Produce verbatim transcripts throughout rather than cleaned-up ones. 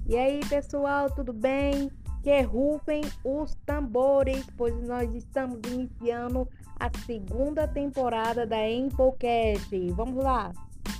E aí, pessoal, tudo bem? Que rufem os tambores, pois nós estamos iniciando a segunda temporada da Empocast. Vamos lá!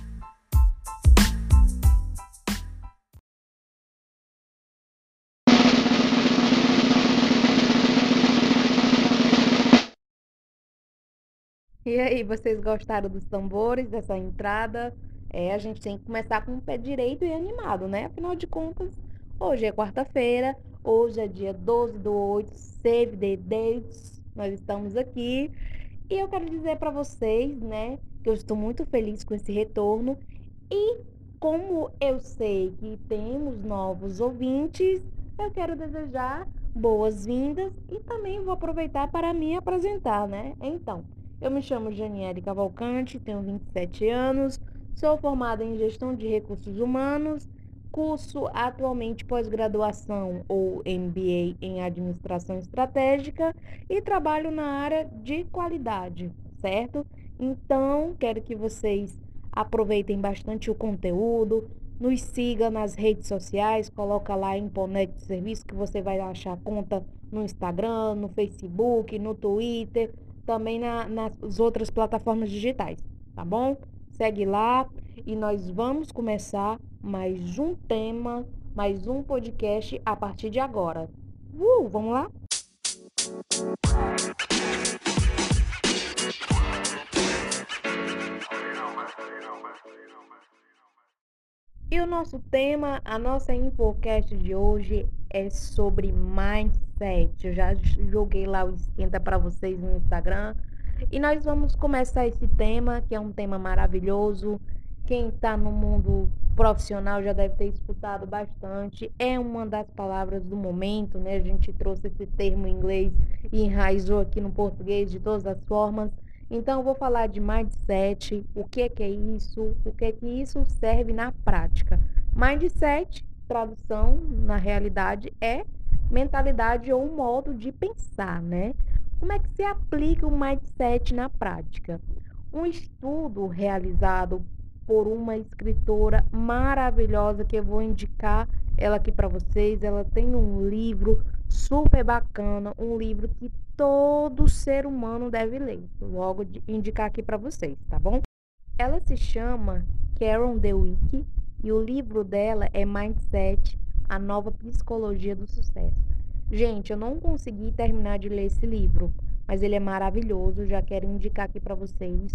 E aí, vocês gostaram dos tambores, dessa entrada? É, a gente tem que começar com o pé direito e animado, né? Afinal de contas, hoje é quarta-feira, hoje é dia doze do oito, Save the Dates. Nós estamos aqui e eu quero dizer para vocês, né, que eu estou muito feliz com esse retorno e como eu sei que temos novos ouvintes, eu quero desejar boas-vindas e também vou aproveitar para me apresentar, né? Então, eu me chamo Janiele Cavalcante, tenho vinte e sete anos, sou formada em Gestão de Recursos Humanos, curso atualmente pós-graduação ou M B A em Administração Estratégica e trabalho na área de qualidade, certo? Então, quero que vocês aproveitem bastante o conteúdo, nos siga nas redes sociais, coloca lá em Imponete Serviço que você vai achar conta no Instagram, no Facebook, no Twitter, também na, nas outras plataformas digitais, tá bom? Segue lá e nós vamos começar mais um tema, mais um podcast a partir de agora. Uh, vamos lá? E o nosso tema, a nossa Infocast de hoje é sobre mindset. Eu já joguei lá o esquenta para vocês no Instagram. E nós vamos começar esse tema, que é um tema maravilhoso. Quem está no mundo profissional já deve ter escutado bastante. É uma das palavras do momento, né? A gente trouxe esse termo em inglês e enraizou aqui no português de todas as formas. Então, eu vou falar de mindset, o que é que é isso, o que é que isso serve na prática. Mindset, tradução, na realidade, é mentalidade ou modo de pensar, né? Como é que se aplica o mindset na prática? Um estudo realizado por uma escritora maravilhosa que eu vou indicar ela aqui para vocês. Ela tem um livro super bacana, um livro que todo ser humano deve ler. Vou logo indicar aqui para vocês, tá bom? Ela se chama Carol Dweck e o livro dela é Mindset, a nova psicologia do sucesso. Gente, eu não consegui terminar de ler esse livro, mas ele é maravilhoso, já quero indicar aqui para vocês.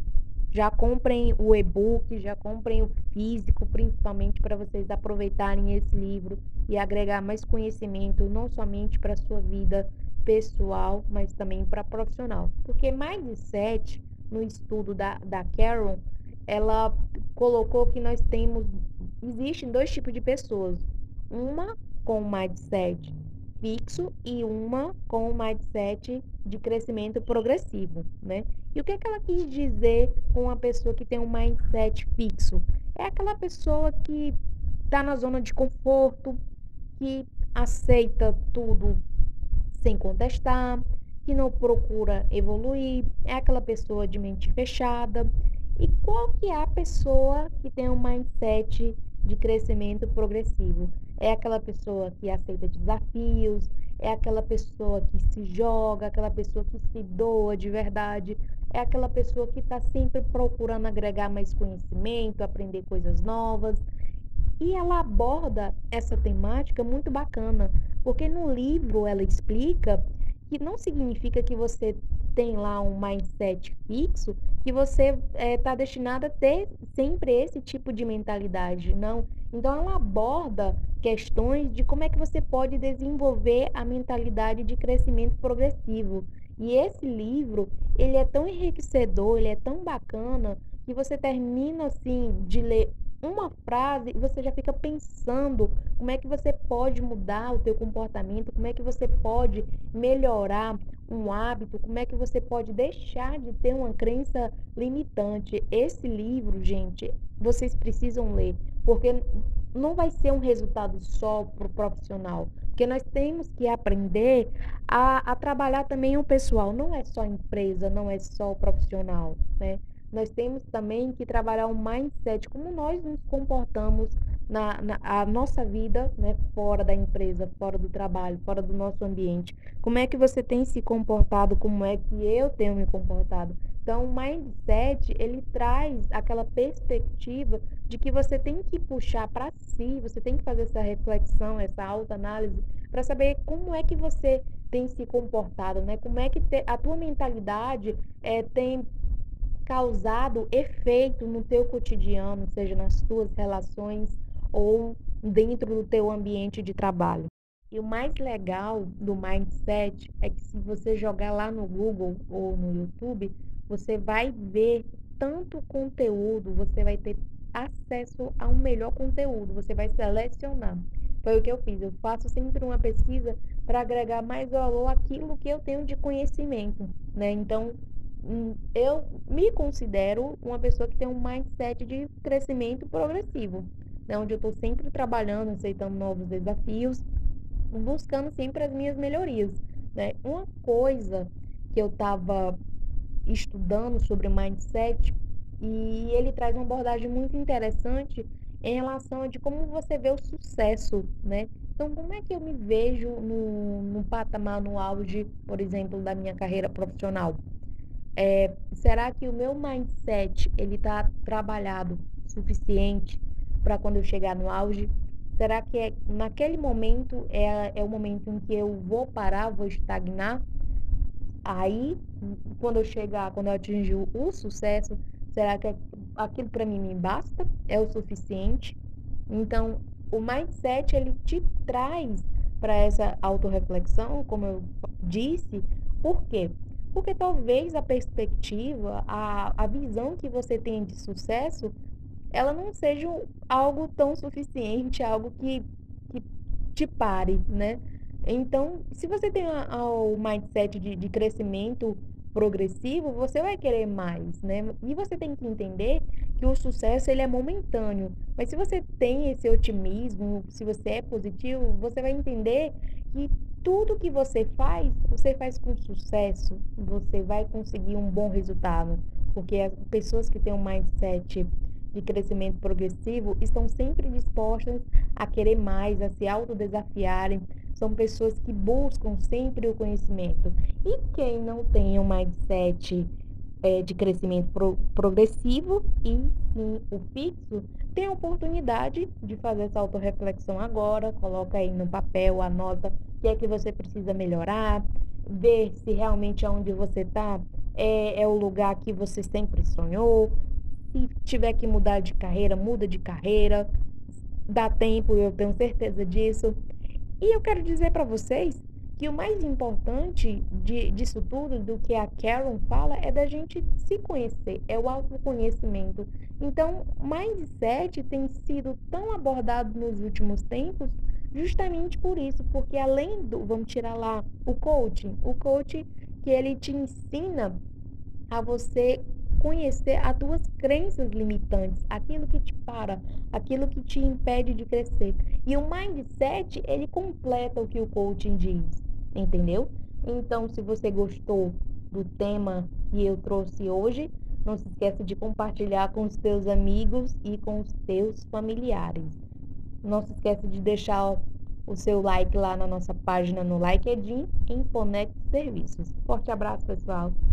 Já comprem o e-book, já comprem o físico, principalmente para vocês aproveitarem esse livro e agregar mais conhecimento, não somente para a sua vida pessoal, mas também para profissional. Porque Mindset, no estudo da, da Carol, ela colocou que nós temos, existem dois tipos de pessoas. Uma com mindset fixo e uma com um mindset de crescimento progressivo, né? E o que é que ela quis dizer com uma pessoa que tem um mindset fixo? É aquela pessoa que está na zona de conforto, que aceita tudo sem contestar, que não procura evoluir, é aquela pessoa de mente fechada. E qual que é a pessoa que tem um mindset de crescimento progressivo? É aquela pessoa que aceita desafios, é aquela pessoa que se joga, aquela pessoa que se doa de verdade, é aquela pessoa que está sempre procurando agregar mais conhecimento, aprender coisas novas. E ela aborda essa temática muito bacana, porque no livro ela explica que não significa que você tem lá um mindset fixo, que você está destinado a ter sempre esse tipo de mentalidade, não. Então ela aborda questões de como é que você pode desenvolver a mentalidade de crescimento progressivo. E esse livro, ele é tão enriquecedor, ele é tão bacana, que você termina assim de ler uma frase e você já fica pensando como é que você pode mudar o teu comportamento, como é que você pode melhorar um hábito, como é que você pode deixar de ter uma crença limitante. Esse livro, gente, vocês precisam ler, porque não vai ser um resultado só para o profissional, porque nós temos que aprender a, a trabalhar também o pessoal, não é só empresa, não é só o profissional, né? Nós temos também que trabalhar o mindset, como nós nos comportamos na na a nossa vida, né, fora da empresa, fora do trabalho, fora do nosso ambiente. Como é que você tem se comportado, como é que eu tenho me comportado. Então o mindset, ele traz aquela perspectiva de que você tem que puxar para si, você tem que fazer essa reflexão, essa autoanálise, para saber como é que você tem se comportado, né, como é que te a tua mentalidade, eh, tem causado efeito no teu cotidiano, seja nas tuas relações ou dentro do teu ambiente de trabalho. E o mais legal do mindset é que se você jogar lá no Google ou no YouTube, você vai ver tanto conteúdo, você vai ter acesso a um melhor conteúdo, você vai selecionar. Foi o que eu fiz, eu faço sempre uma pesquisa para agregar mais valor àquilo que eu tenho de conhecimento, né? Então, hum, eu me considero uma pessoa que tem um mindset de crescimento progressivo, né? Onde eu estou sempre trabalhando, aceitando novos desafios, buscando sempre as minhas melhorias, né. Uma coisa que eu estava estudando sobre mindset, e ele traz uma abordagem muito interessante em relação a de como você vê o sucesso, né. Então como é que eu me vejo no no patamar, no auge, por exemplo, da minha carreira profissional? Eh, será que o meu mindset, ele tá trabalhado suficiente para quando eu chegar no auge? Será que é naquele momento é é o momento em que eu vou parar, vou estagnar? Aí, quando eu chegar, quando eu atingir o o sucesso, será que aquilo para mim me basta? É o suficiente? Então, o mindset, ele te traz para essa autorreflexão, como eu disse, por quê? Porque talvez a perspectiva, a, a visão que você tem de sucesso, ela não seja um- algo tão suficiente, algo que, que te pare, né? Então, se você tem a- a- o mindset de, de crescimento progressivo, você vai querer mais, né? E você tem que entender que o sucesso, ele é momentâneo. Mas se você tem esse otimismo, se você é positivo, você vai entender que tudo que você faz, você faz com sucesso, você vai conseguir um bom resultado. Porque as pessoas que têm um mindset de crescimento progressivo estão sempre dispostas a querer mais, a se autodesafiarem. São pessoas que buscam sempre o conhecimento. E quem não tem um mindset eh, de crescimento pro- progressivo e sim o fixo, tem a oportunidade de fazer essa autorreflexão agora, coloca aí no papel, anota o que é que você precisa melhorar, ver se realmente aonde você está é, é o lugar que você sempre sonhou. Se tiver que mudar de carreira, muda de carreira. Dá tempo, eu tenho certeza disso. E eu quero dizer para vocês que o mais importante de, disso tudo, do que a Karen fala, é da gente se conhecer, é o autoconhecimento. Então, mindset tem sido tão abordado nos últimos tempos justamente por isso, porque além do, vamos tirar lá o coaching, o coaching que ele te ensina a você conhecer as tuas crenças limitantes, aquilo que te para, aquilo que te impede de crescer. E o mindset, ele completa o que o coaching diz, entendeu? Então, se você gostou do tema que eu trouxe hoje, não se esqueça de compartilhar com os teus amigos e com os teus familiares. Não se esqueça de deixar o seu like lá na nossa página no LinkedIn em Conect Serviços. Forte abraço, pessoal!